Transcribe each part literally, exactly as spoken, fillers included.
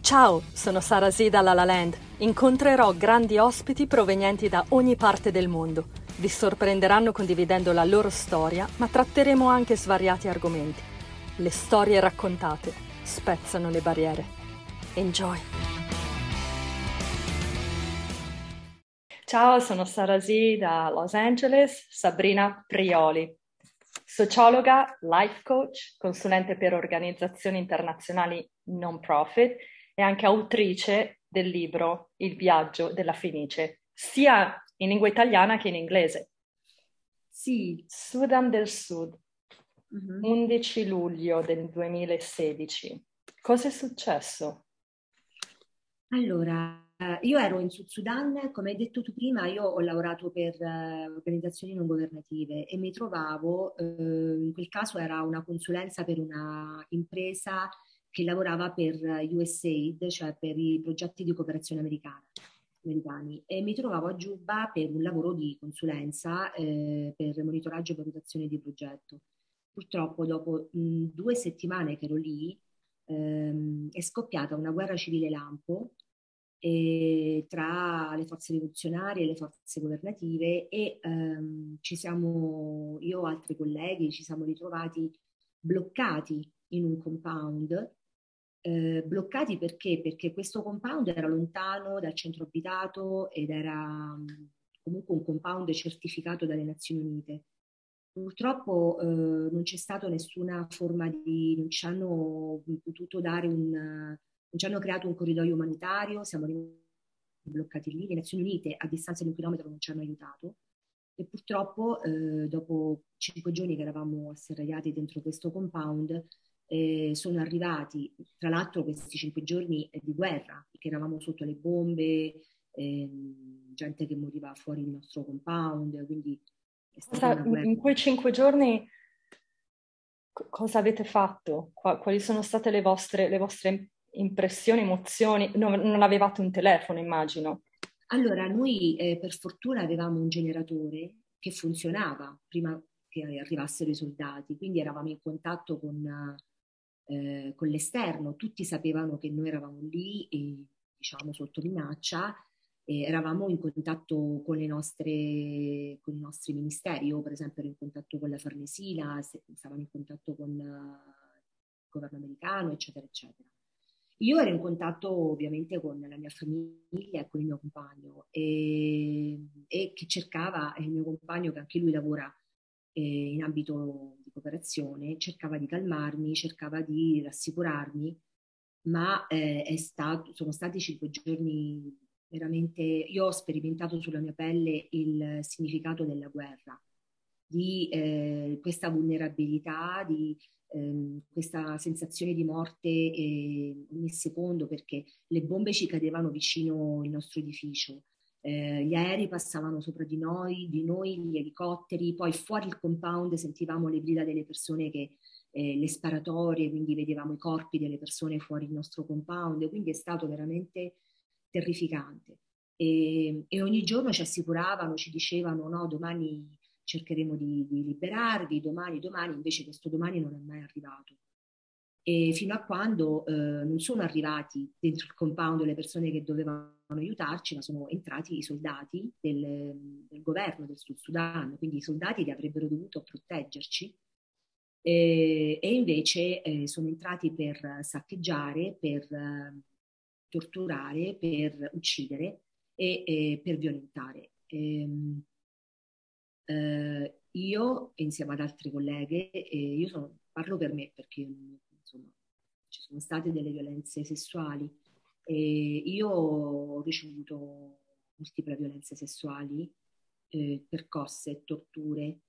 Ciao, sono Sara Z da La La Land. Incontrerò grandi ospiti provenienti da ogni parte del mondo. Vi sorprenderanno condividendo la loro storia, ma tratteremo anche svariati argomenti. Le storie raccontate spezzano le barriere. Enjoy! Ciao, sono Sara Z da Los Angeles, Sabrina Prioli, sociologa, life coach, consulente per organizzazioni internazionali non profit e anche autrice del libro Il viaggio della Fenice, sia in lingua italiana che in inglese. Sì. Sudan del Sud, Mhm. undici luglio del duemilasedici. Cosa è successo? Allora, eh, io ero in Sud Sudan, come hai detto tu prima, io ho lavorato per eh, organizzazioni non governative e mi trovavo, eh, in quel caso era una consulenza per una impresa che lavorava per U S A I D, cioè per i progetti di cooperazione americana, americani, e mi trovavo a Giubba per un lavoro di consulenza, eh, per monitoraggio e valutazione di progetto. Purtroppo dopo mh, due settimane che ero lì, ehm, è scoppiata una guerra civile lampo eh, tra le forze rivoluzionarie e le forze governative e ehm, ci siamo, io e altri colleghi ci siamo ritrovati bloccati in un compound. Eh, bloccati perché? Perché questo compound era lontano dal centro abitato ed era mh, comunque un compound certificato dalle Nazioni Unite. Purtroppo eh, non c'è stata nessuna forma di, non ci hanno potuto dare un, non ci hanno creato un corridoio umanitario, siamo rimasti bloccati lì, le Nazioni Unite a distanza di un chilometro non ci hanno aiutato e purtroppo eh, dopo cinque giorni che eravamo asserragliati dentro questo compound eh, sono arrivati, tra l'altro questi cinque giorni di guerra, perché eravamo sotto le bombe, ehm, gente che moriva fuori il nostro compound, quindi è stata Cosa- una in guerra. in quei cinque giorni co- cosa avete fatto? Qua- Quali sono state le vostre, le vostre impressioni, emozioni? No, non avevate un telefono, immagino. Allora, noi eh, per fortuna avevamo un generatore che funzionava prima che arrivassero i soldati, quindi eravamo in contatto con, eh, con l'esterno, tutti sapevano che noi eravamo lì, e, diciamo, sotto minaccia, e eravamo in contatto con le nostre, con i nostri ministeri. Io per esempio ero in contatto con la Farnesina, se- stavamo in contatto con eh, il governo americano, eccetera, eccetera. Io ero in contatto ovviamente con la mia famiglia e con il mio compagno e, e che cercava, e il mio compagno che anche lui lavora eh, in ambito di cooperazione, cercava di calmarmi, cercava di rassicurarmi, ma eh, è stato, sono stati cinque giorni veramente, io ho sperimentato sulla mia pelle il significato della guerra, di eh, questa vulnerabilità, di ehm, questa sensazione di morte eh, ogni secondo perché le bombe ci cadevano vicino il nostro edificio, eh, gli aerei passavano sopra di noi, di noi gli elicotteri, poi fuori il compound sentivamo le grida delle persone che eh, le sparatorie, quindi vedevamo i corpi delle persone fuori il nostro compound, quindi è stato veramente terrificante. E, e ogni giorno ci assicuravano, ci dicevano no, domani cercheremo di, di liberarvi, domani, domani, invece questo domani non è mai arrivato. E fino a quando eh, non sono arrivati dentro il compound le persone che dovevano aiutarci, ma sono entrati i soldati del, del governo del Sud Sudan, quindi i soldati che avrebbero dovuto proteggerci e, e invece eh, sono entrati per saccheggiare, per eh, torturare, per uccidere e, e per violentare. Ehm, eh, io, insieme ad altre colleghe, eh, io sono- parlo per me perché insomma, ci sono state delle violenze sessuali e io ho ricevuto multiple violenze sessuali, eh, percosse, torture.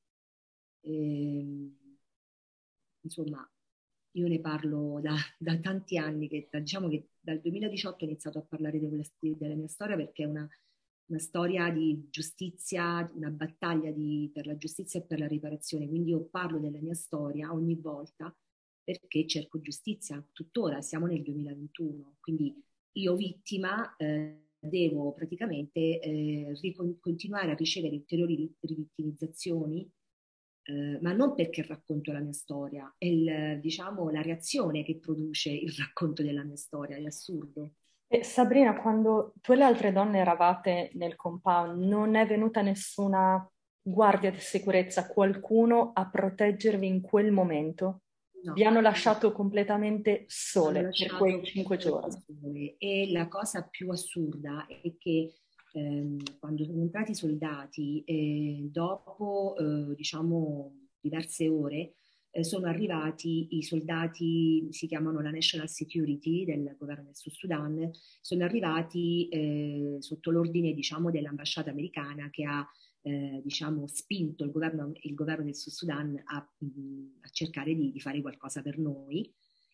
ehm, insomma, io ne parlo da, da tanti anni, che, da- diciamo che dal duemiladiciotto ho iniziato a parlare di quella- di- della mia storia perché è una, una storia di giustizia, una battaglia di- per la giustizia e per la riparazione. Quindi io parlo della mia storia ogni volta perché cerco giustizia. Tuttora siamo nel duemilaventuno, quindi io vittima eh, devo praticamente eh, ricon- continuare a ricevere ulteriori ri- rivittimizzazioni eh, ma non perché racconto la mia storia, è il, diciamo, la reazione che produce il racconto della mia storia, è assurdo. E Sabrina, quando tu e le altre donne eravate nel compound, non è venuta nessuna guardia di sicurezza, qualcuno a proteggervi in quel momento? Vi No, hanno no. lasciato completamente Hanno sole per quei lasciato cinque completamente giorni. sole. E la cosa più assurda è che ehm, quando sono entrati i soldati, eh, dopo eh, diciamo diverse ore, eh, sono arrivati i soldati, si chiamano la National Security del governo del Sud Sudan, sono arrivati eh, sotto l'ordine, diciamo, dell'ambasciata americana che ha eh, diciamo, spinto il governo, il governo del Sud Sudan a, a cercare di, di fare qualcosa per noi.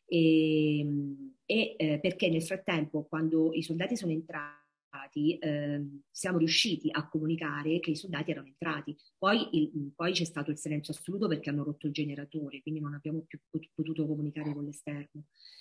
E, e eh, perché nel frattempo, quando i soldati sono entrati, eh, siamo riusciti a comunicare che i soldati erano entrati. Poi, il, poi c'è stato il silenzio assoluto perché hanno rotto il generatore, quindi non abbiamo più potuto comunicare con l'esterno.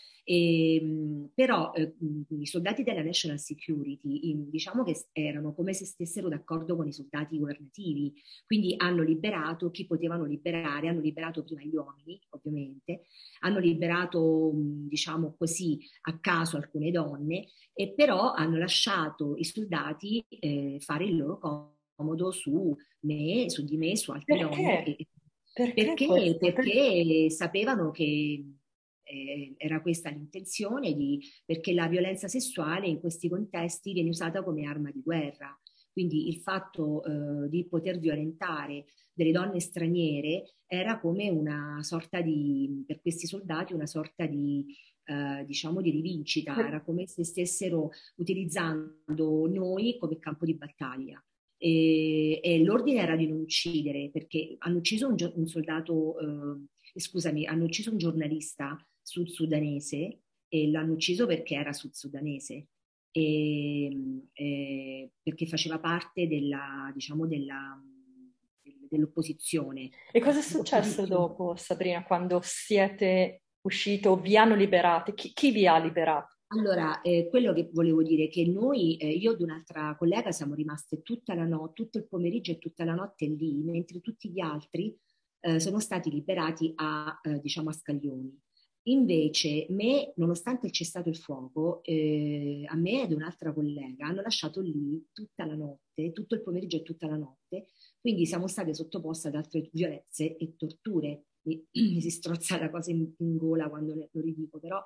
E, però eh, i soldati della National Security, in, diciamo che erano come se stessero d'accordo con i soldati governativi, quindi hanno liberato chi potevano liberare, hanno liberato prima gli uomini, ovviamente, hanno liberato, diciamo così, a caso alcune donne, e però hanno lasciato i soldati eh, fare il loro comodo su me, su di me, su altre donne, Perché? e, Perché perché, questo? Per- perché sapevano che eh, era questa l'intenzione, di, perché la violenza sessuale in questi contesti viene usata come arma di guerra. Quindi il fatto eh, di poter violentare delle donne straniere era come una sorta di, per questi soldati, una sorta di, eh, diciamo, di rivincita, per- era come se stessero utilizzando noi come campo di battaglia. E, e l'ordine era di non uccidere, perché hanno ucciso un, un soldato, eh, scusami, hanno ucciso un giornalista sud-sudanese e l'hanno ucciso perché era sud-sudanese. E, e perché faceva parte della, diciamo, della, dell'opposizione. E cosa è successo Opposizione. dopo, Sabrina, quando siete usciti o vi hanno liberati? Chi, chi vi ha liberato? Allora, eh, quello che volevo dire è che noi, eh, io ed un'altra collega, siamo rimaste tutta la notte, tutto il pomeriggio e tutta la notte lì, mentre tutti gli altri eh, sono stati liberati a, eh, diciamo, a scaglioni. Invece, me, nonostante il cessato il fuoco, eh, a me ed un'altra collega hanno lasciato lì tutta la notte, tutto il pomeriggio e tutta la notte, quindi siamo state sottoposte ad altre violenze e torture. Mi, mi si strozza la cosa in, in gola quando lo ridico, però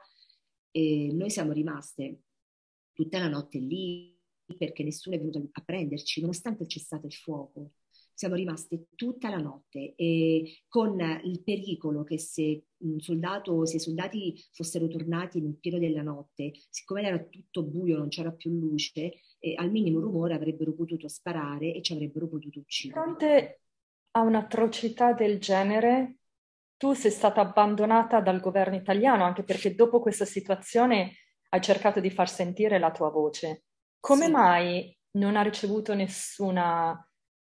e noi siamo rimaste tutta la notte lì perché nessuno è venuto a prenderci, nonostante il cessato il fuoco. Siamo rimaste tutta la notte e con il pericolo che se un soldato, se i soldati fossero tornati nel pieno della notte, siccome era tutto buio, non c'era più luce, eh, al minimo rumore avrebbero potuto sparare e ci avrebbero potuto Di uccidere. fronte a un'atrocità del genere, tu sei stata abbandonata dal governo italiano, anche perché dopo questa situazione hai cercato di far sentire la tua voce. Come Sì. mai non ha ricevuto nessuna,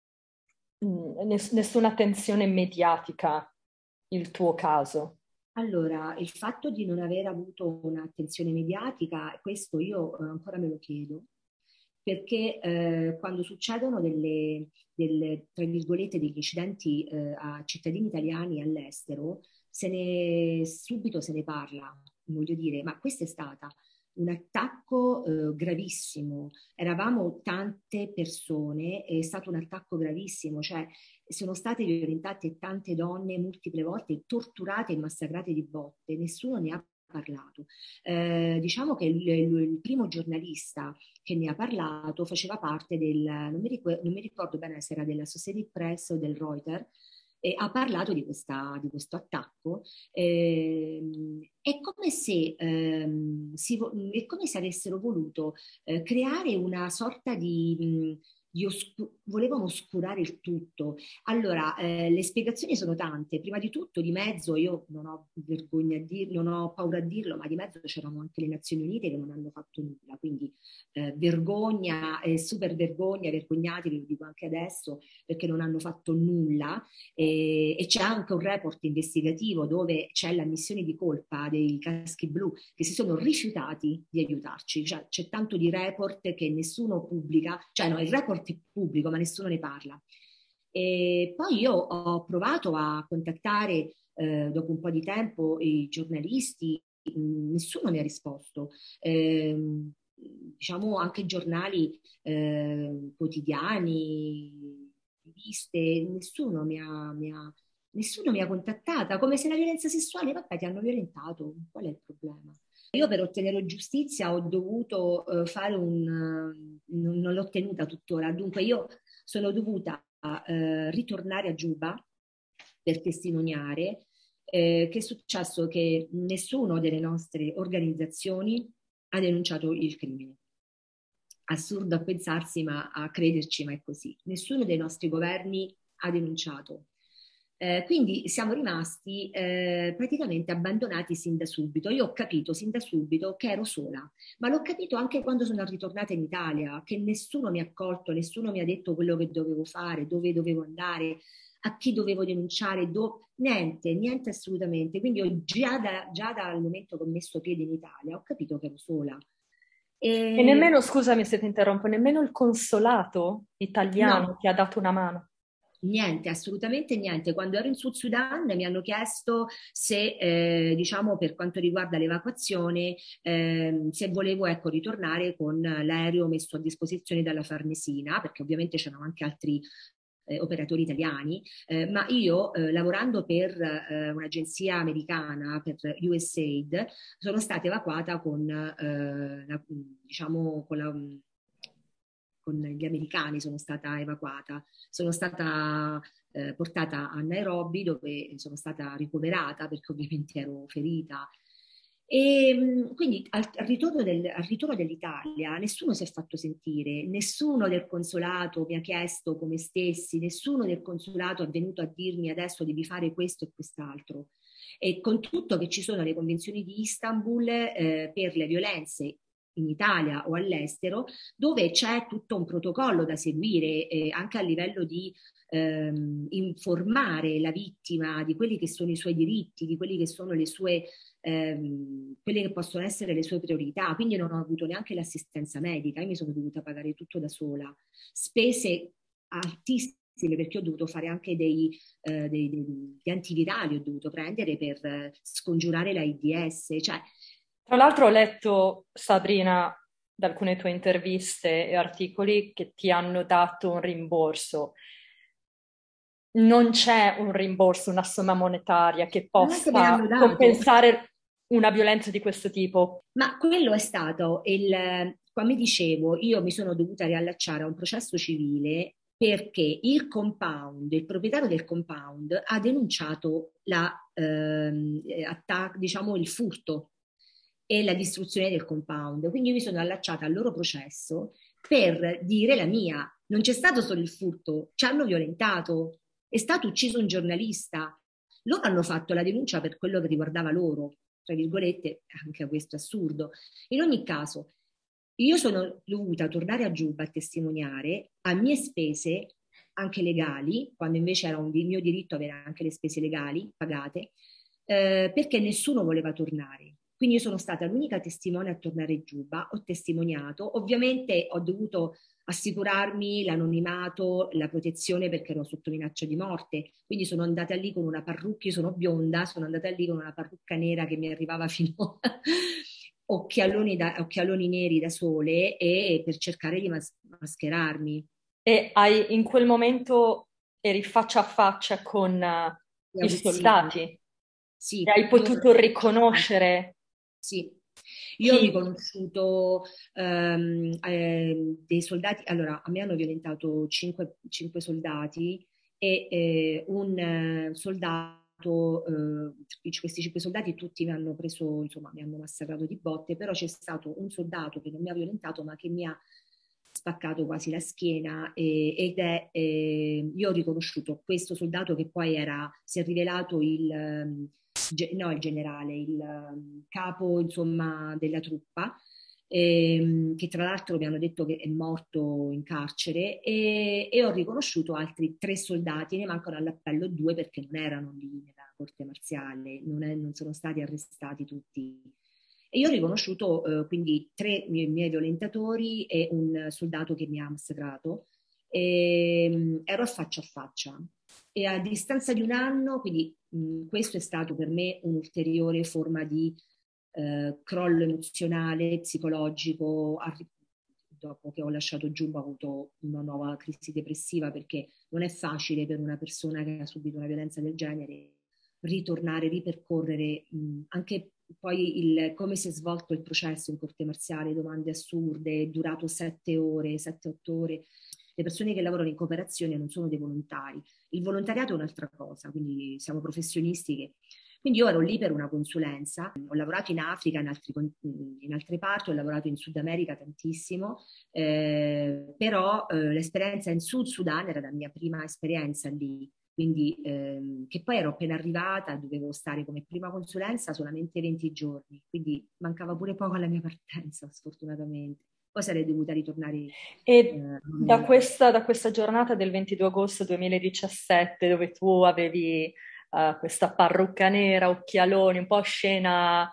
mh, ness- nessuna attenzione mediatica il tuo caso? Allora, il fatto di non aver avuto un'attenzione mediatica, questo io eh, ancora me lo chiedo, perché eh, quando succedono delle, delle, tra virgolette, degli incidenti eh, a cittadini italiani all'estero, se ne, subito se ne parla, voglio dire, ma questa è stata un attacco eh, gravissimo, eravamo tante persone, è stato un attacco gravissimo, cioè sono state violentate tante donne multiple volte, torturate e massacrate di botte, nessuno ne ha parlato. Eh, diciamo che il, il, il, primo giornalista che ne ha parlato faceva parte del, non mi, ricordo, non mi ricordo bene se era dell'Associated Press o del Reuters, e ha parlato di, questa, di questo attacco. Eh, è, come se, ehm, si, è come se avessero voluto eh, creare una sorta di... Mh, di oscu- volevano oscurare il tutto. Allora, eh, le spiegazioni sono tante. Prima di tutto, di mezzo, io non ho vergogna a dirlo, non ho paura a dirlo, ma di mezzo c'erano anche le Nazioni Unite che non hanno fatto nulla. Quindi eh, vergogna, eh, super vergogna, vergognati, ve lo dico anche adesso, perché non hanno fatto nulla. E, e c'è anche un report investigativo dove c'è l'ammissione di colpa dei caschi blu che si sono rifiutati di aiutarci. Cioè, c'è tanto di report che nessuno pubblica, cioè no, il report è pubblico ma nessuno ne parla. E poi io ho provato a contattare eh, dopo un po' di tempo i giornalisti, mh, nessuno mi ha risposto. Ehm, diciamo anche giornali eh, quotidiani, riviste, nessuno mi ha, mi ha- nessuno mi ha contattata, come se la violenza sessuale, vabbè, ti hanno violentato, qual è il problema? Io per ottenere giustizia ho dovuto eh, fare un... eh, non, non l'ho ottenuta tuttora, dunque io sono dovuta eh, ritornare a Giuba per testimoniare. Eh, che è successo? Che nessuno delle nostre organizzazioni ha denunciato il crimine. Assurdo a pensarsi, ma a crederci, ma è così. Nessuno dei nostri governi ha denunciato. Eh, quindi siamo rimasti eh, praticamente abbandonati sin da subito. Io ho capito sin da subito che ero sola, ma l'ho capito anche quando sono ritornata in Italia, che nessuno mi ha accolto, nessuno mi ha detto quello che dovevo fare, dove dovevo andare, a chi dovevo denunciare, do... niente, niente assolutamente. Quindi io già, da, già dal momento che ho messo piede in Italia ho capito che ero sola. E E nemmeno, scusami se ti interrompo, nemmeno il consolato italiano no, ti ha dato una mano. niente, assolutamente niente. Quando ero in Sud Sudan mi hanno chiesto se, eh, diciamo, per quanto riguarda l'evacuazione, ehm, se volevo, ecco, ritornare con l'aereo messo a disposizione dalla Farnesina, perché ovviamente c'erano anche altri eh, operatori italiani, eh, ma io eh, lavorando per eh, un'agenzia americana, per U S A I D, sono stata evacuata con, eh, la, diciamo, con la con gli americani sono stata evacuata, sono stata eh, portata a Nairobi dove sono stata ricoverata perché ovviamente ero ferita. E quindi al, al, ritorno del, al ritorno dell'Italia nessuno si è fatto sentire, nessuno del consolato mi ha chiesto come stessi, nessuno del consolato è venuto a dirmi adesso devi fare questo e quest'altro. E con tutto che ci sono le convenzioni di Istanbul eh, per le violenze in Italia o all'estero, dove c'è tutto un protocollo da seguire eh, anche a livello di ehm, informare la vittima di quelli che sono i suoi diritti, di quelli che sono le sue, ehm, quelle che possono essere le sue priorità. Quindi non ho avuto neanche l'assistenza medica, io mi sono dovuta pagare tutto da sola, spese altissime perché ho dovuto fare anche dei, eh, dei, dei, dei antivirali, ho dovuto prendere per eh, scongiurare l'AIDS, cioè Tra l'altro ho letto, Sabrina, da alcune tue interviste e articoli che ti hanno dato un rimborso. Non c'è un rimborso, una somma monetaria che non è che me l'hanno possa dato. compensare una violenza di questo tipo. Ma quello è stato il, come dicevo, io mi sono dovuta riallacciare a un processo civile perché il compound, il proprietario del compound ha denunciato la, ehm, attac- diciamo, il furto e la distruzione del compound. Quindi io mi sono allacciata al loro processo per dire la mia. Non c'è stato solo il furto, ci hanno violentato, è stato ucciso un giornalista. Loro hanno fatto la denuncia per quello che riguardava loro, tra virgolette, anche a questo assurdo. In ogni caso, io sono dovuta tornare a Giuba a testimoniare a mie spese, anche legali, quando invece era un mio diritto avere anche le spese legali pagate, eh, perché nessuno voleva tornare. Quindi io sono stata l'unica testimone a tornare a Giuba, ho testimoniato, ovviamente ho dovuto assicurarmi l'anonimato, la protezione perché ero sotto minaccia di morte, quindi sono andata lì con una parrucca, io sono bionda, sono andata lì con una parrucca nera che mi arrivava fino a occhialoni, da, occhialoni neri da sole e per cercare di mas- mascherarmi. E hai, in quel momento eri faccia a faccia con eh, Gli i aguzzini. soldati e Sì, hai io ero potuto faccia a faccia. riconoscere Sì, io ho chi... riconosciuto ehm, ehm, dei soldati, allora a me hanno violentato cinque, cinque soldati e eh, un eh, soldato, eh, questi cinque soldati tutti mi hanno preso, insomma mi hanno massacrato di botte, però c'è stato un soldato che non mi ha violentato ma che mi ha spaccato quasi la schiena e, ed è, eh, io ho riconosciuto questo soldato che poi era, si è rivelato il... ehm, ge- no, il generale, il um, capo, insomma, della truppa, ehm, che tra l'altro mi hanno detto che è morto in carcere e, e ho riconosciuto altri tre soldati, ne mancano all'appello due perché non erano lì nella corte marziale, non, è- non sono stati arrestati tutti. E io ho riconosciuto eh, quindi tre miei, miei violentatori e un soldato che mi ha massacrato. e mh, ero a faccia a faccia. E a distanza di un anno, quindi mh, questo è stato per me un'ulteriore forma di eh, crollo emozionale, psicologico. Arri- dopo che ho lasciato Giubba ho avuto una nuova crisi depressiva, perché non è facile per una persona che ha subito una violenza del genere ritornare, ripercorrere mh, anche poi il, come si è svolto il processo in corte marziale, domande assurde, è durato sette ore, sette, otto ore. Le persone che lavorano in cooperazione non sono dei volontari. Il volontariato è un'altra cosa, quindi siamo professionisti che... Quindi io ero lì per una consulenza, ho lavorato in Africa, in, altri, in altre parti, ho lavorato in Sud America tantissimo, eh, però eh, l'esperienza in Sud Sudan era la mia prima esperienza lì, quindi ehm, che poi ero appena arrivata, dovevo stare come prima consulenza solamente venti giorni, quindi mancava pure poco alla mia partenza, sfortunatamente. Poi sarei dovuta ritornare E eh, da questa, da questa giornata del ventidue agosto duemiladiciassette, dove tu avevi eh, questa parrucca nera, occhialoni, un po' scena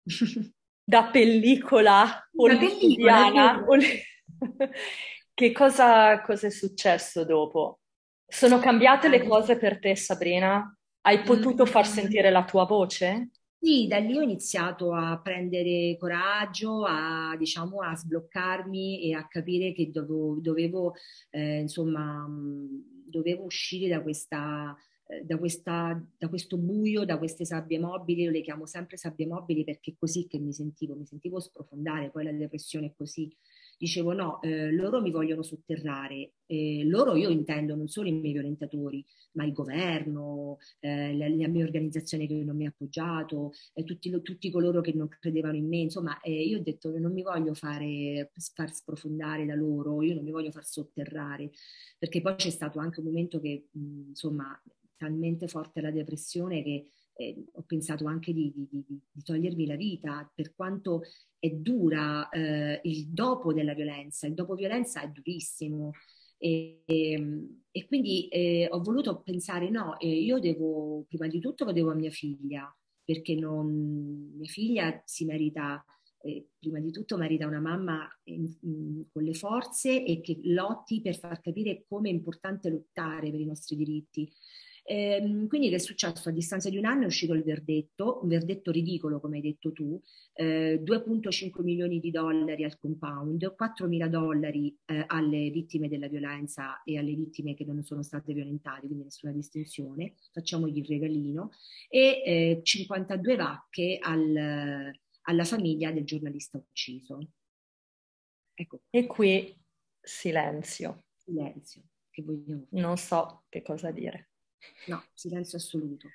da pellicola una pellicola, è hollywoodiana, vero. Holly- che cosa, cosa è successo dopo? Sono cambiate le cose per te, Sabrina? Hai potuto far Mm, sentire la tua voce? sì, da lì ho iniziato a prendere coraggio, a, diciamo, a sbloccarmi e a capire che dovevo, dovevo, eh, insomma, mh, dovevo uscire da questa, eh, da questa, da questo buio, da queste sabbie mobili. Io le chiamo sempre sabbie mobili perché è così che mi sentivo, mi sentivo sprofondare, poi la depressione è così. Dicevo no, eh, loro mi vogliono sotterrare, eh, loro io intendo non solo i miei violentatori, ma il governo, eh, la, la mia organizzazione che non mi ha appoggiato, eh, tutti, tutti coloro che non credevano in me. Insomma, eh, io ho detto che non mi voglio fare, far sprofondare da loro, io non mi voglio far sotterrare, perché poi c'è stato anche un momento che, mh, insomma, talmente forte la depressione che eh, ho pensato anche di, di, di, di togliermi la vita, per quanto è dura eh, il dopo della violenza. Il dopo violenza è durissimo. E, e, e quindi eh, ho voluto pensare, no, eh, io devo, prima di tutto lo devo a mia figlia, perché non, mia figlia si merita, eh, prima di tutto merita una mamma in, in, con le forze e che lotti per far capire come è importante lottare per i nostri diritti. Ehm, quindi che è successo? A distanza di un anno è uscito il verdetto, un verdetto ridicolo come hai detto tu, eh, due virgola cinque milioni di dollari al compound, quattromila dollari eh, alle vittime della violenza e alle vittime che non sono state violentate, quindi nessuna distinzione, facciamogli il regalino, e eh, cinquantadue vacche al, alla famiglia del giornalista ucciso. Ecco qua, E qui silenzio, silenzio, che vogliamo fare? non so che cosa dire. No, silenzio assoluto.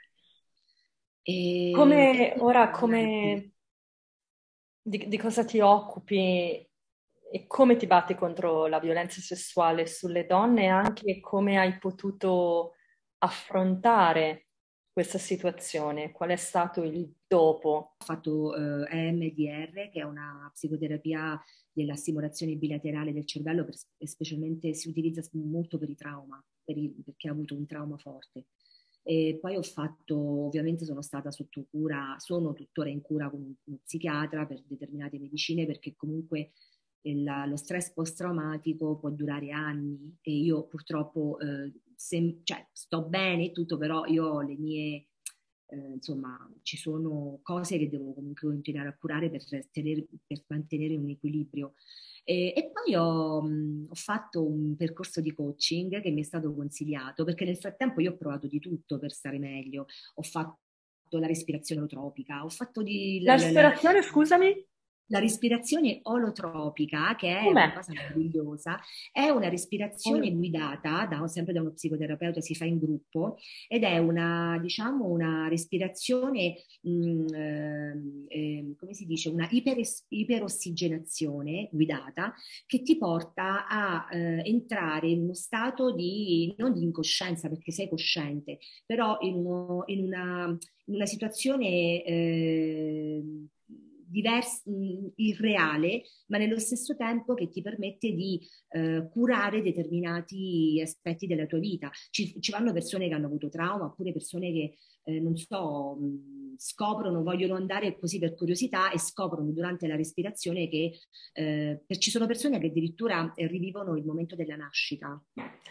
E, e Come, quindi ora, niente. come, di, di cosa ti occupi e come ti batti contro la violenza sessuale sulle donne e anche come hai potuto affrontare questa situazione? Qual è stato il dopo? Ho fatto eh, E M D R, che è una psicoterapia della stimolazione bilaterale del cervello, per, specialmente si utilizza molto per i trauma, per, i, per chi ha avuto un trauma forte. E poi ho fatto, ovviamente sono stata sotto cura, sono tuttora in cura con uno psichiatra per determinate medicine, perché comunque il, lo stress post-traumatico può durare anni e io purtroppo eh, se, cioè, sto bene e tutto, però io ho le mie eh, insomma, ci sono cose che devo comunque continuare a curare per, tenere, per mantenere un equilibrio. E, e poi ho, mh, ho fatto un percorso di coaching che mi è stato consigliato, perché nel frattempo io ho provato di tutto per stare meglio. Ho fatto la respirazione olotropica, ho fatto di, La la, la, la, respirazione, scusami? la respirazione olotropica, che è una Com'è? cosa meravigliosa, è una respirazione guidata da, sempre da uno psicoterapeuta, si fa in gruppo, ed è una, diciamo, una respirazione, mh, eh, eh, come si dice, una iperes- iperossigenazione guidata che ti porta a eh, entrare in uno stato di, non di incoscienza, perché sei cosciente, però in, uno, in, una, in una situazione... Eh, divers- irreale, ma nello stesso tempo che ti permette di eh, curare determinati aspetti della tua vita. Ci, ci vanno persone che hanno avuto trauma, oppure persone che, eh, non so, mh, scoprono, vogliono andare così per curiosità e scoprono durante la respirazione che eh, per, ci sono persone che addirittura eh, rivivono il momento della nascita.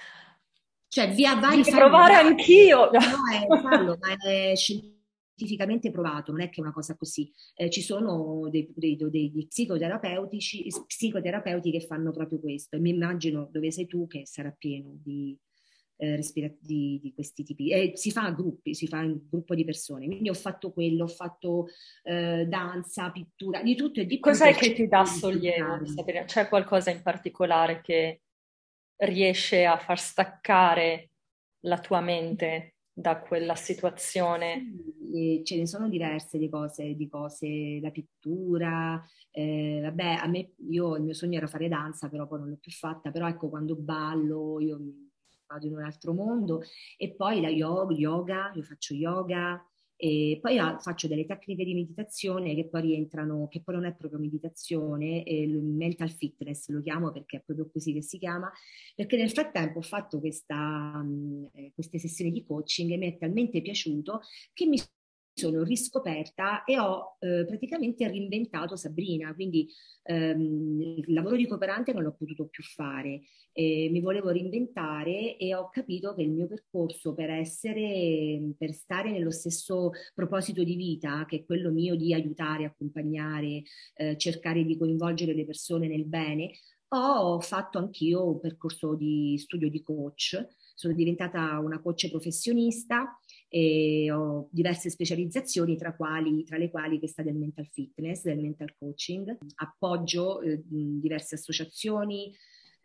Cioè, via vai, Devo fallo provare magari. anch'io! No, è, fallo, ma è scientificamente provato, non è che è una cosa così. Eh, ci sono dei, dei, degli psicoterapeutici, psicoterapeuti che fanno proprio questo, e mi immagino dove sei tu che sarà pieno di, eh, respira- di, di questi tipi. E si fa a gruppi, si fa in gruppo di persone. Quindi ho fatto quello, ho fatto eh, danza, pittura, di tutto e di più Cos'è per che ti dà cercare di sollievo, sviluppare. Sabrina? C'è qualcosa in particolare che riesce a far staccare la tua mente da quella situazione? Sì, e ce ne sono diverse di cose, di cose, la pittura, eh, vabbè, a me, io, il mio sogno era fare danza, però poi non l'ho più fatta, però ecco, quando ballo io mi- vado in un altro mondo, e poi la yoga, yoga, io faccio yoga, e poi ah, faccio delle tecniche di meditazione che poi rientrano, che poi non è proprio meditazione, è il mental fitness lo chiamo perché è proprio così che si chiama, perché nel frattempo ho fatto questa, mh, eh, queste sessioni di coaching e mi è talmente piaciuto che mi sono riscoperta e ho eh, praticamente reinventato Sabrina, quindi ehm, il lavoro di cooperante non l'ho potuto più fare, eh, mi volevo reinventare e ho capito che il mio percorso per essere, per stare nello stesso proposito di vita, che è quello mio di aiutare, accompagnare, eh, cercare di coinvolgere le persone nel bene, ho fatto anch'io un percorso di studio di coach, sono diventata una coach professionista e ho diverse specializzazioni, tra, quali, tra le quali questa del mental fitness, del mental coaching. Appoggio eh, diverse associazioni,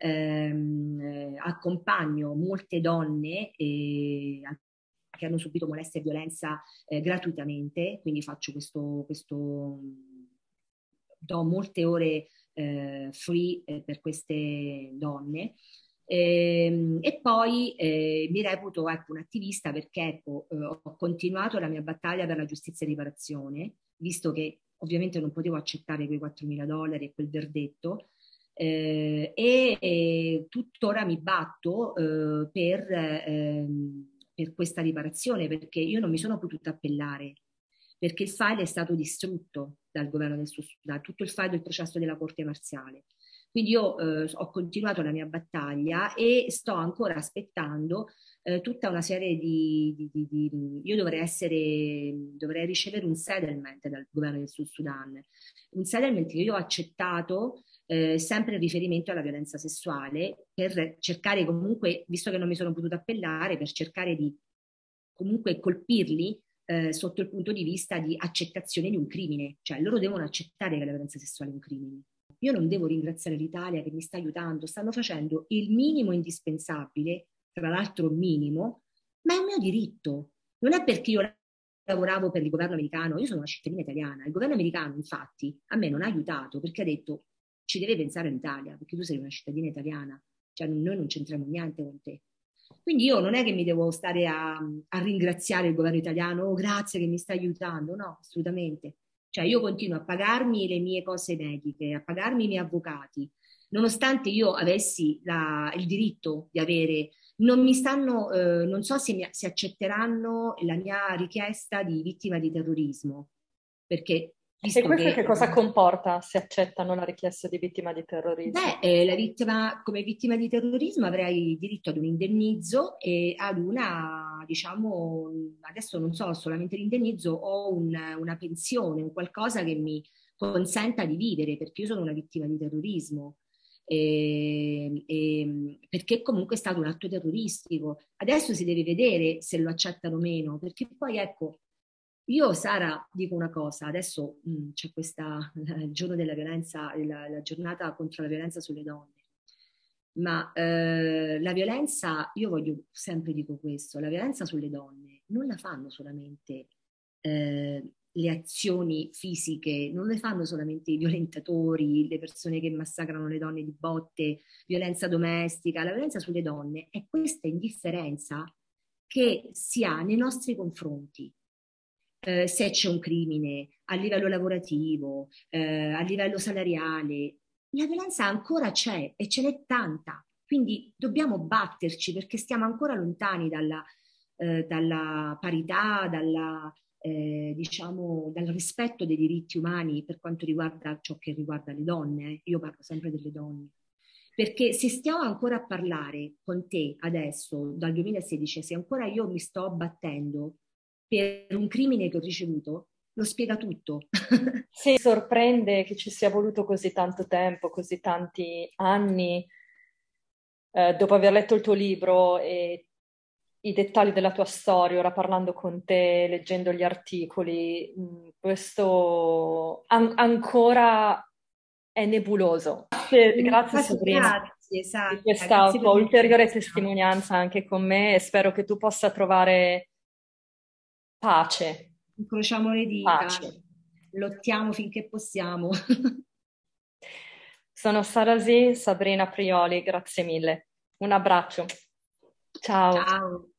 ehm, eh, accompagno molte donne eh, che hanno subito molestia e violenza eh, gratuitamente, quindi faccio questo, questo, do molte ore eh, free eh, per queste donne. E, e poi eh, mi reputo ecco, un attivista perché ecco, eh, ho continuato la mia battaglia per la giustizia e riparazione, visto che ovviamente non potevo accettare quei quattromila dollari e quel verdetto, eh, e, e tuttora mi batto eh, per, ehm, per questa riparazione perché io non mi sono potuta appellare perché il file è stato distrutto dal governo del Sud Sudan, tutto il file del processo della Corte marziale. Quindi io eh, ho continuato la mia battaglia e sto ancora aspettando eh, tutta una serie di, di, di, di... Io dovrei essere, dovrei ricevere un settlement dal governo del Sud Sudan, un settlement che io ho accettato eh, sempre in riferimento alla violenza sessuale, per cercare comunque, visto che non mi sono potuta appellare, per cercare di comunque colpirli eh, sotto il punto di vista di accettazione di un crimine, cioè loro devono accettare che la violenza sessuale è un crimine. Io non devo ringraziare l'Italia che mi sta aiutando, stanno facendo il minimo indispensabile, tra l'altro minimo, ma è un mio diritto. Non è perché io lavoravo per il governo americano, io sono una cittadina italiana, il governo americano infatti a me non ha aiutato perché ha detto ci deve pensare l'Italia, perché tu sei una cittadina italiana, cioè noi non c'entriamo niente con te. Quindi io non è che mi devo stare a, a ringraziare il governo italiano, oh grazie che mi sta aiutando, no, assolutamente. Cioè io continuo a pagarmi le mie cose mediche, a pagarmi i miei avvocati, nonostante io avessi la, il diritto di avere, non mi stanno, eh, non so se, mi, se accetteranno la mia richiesta di vittima di terrorismo, perché E visto questo che che cosa comporta se accettano la richiesta di vittima di terrorismo? beh, eh, la vittima, come vittima di terrorismo avrei diritto ad un indennizzo e ad una, diciamo, adesso non so, solamente l'indennizzo o un- una pensione, un qualcosa che mi consenta di vivere, perché io sono una vittima di terrorismo. E, e- perché comunque è stato un atto terroristico. Adesso si deve vedere se lo accettano o meno, perché poi ecco, io, Sara, dico una cosa, adesso mh, c'è questa, il giorno della violenza, la, la giornata contro la violenza sulle donne, ma eh, la violenza, io voglio sempre dico questo, la violenza sulle donne non la fanno solamente eh, le azioni fisiche, non le fanno solamente i violentatori, le persone che massacrano le donne di botte, violenza domestica, la violenza sulle donne è questa indifferenza che si ha nei nostri confronti eh, se c'è un crimine a livello lavorativo, eh, a livello salariale, la violenza ancora c'è e ce n'è tanta. Quindi dobbiamo batterci perché stiamo ancora lontani dalla, eh, dalla parità, dalla, eh, diciamo, dal rispetto dei diritti umani per quanto riguarda ciò che riguarda le donne. eh. Io parlo sempre delle donne. Perché se stiamo ancora a parlare con te adesso, dal duemilasedici, se ancora io mi sto battendo per un crimine che ho ricevuto, lo spiega tutto. Sì, sorprende che ci sia voluto così tanto tempo, così tanti anni, eh, dopo aver letto il tuo libro e i dettagli della tua storia, ora parlando con te, leggendo gli articoli, mh, questo an- ancora è nebuloso. Sì, In ogni grazie caso, Sabrina grazie, di Sara, questa grazie per tua ulteriore l'informazione. testimonianza anche con me e spero che tu possa trovare pace, Incrociamo le dita, pace. lottiamo finché possiamo. Sono Sarasi, Sabrina Prioli, grazie mille. Un abbraccio. Ciao. Ciao.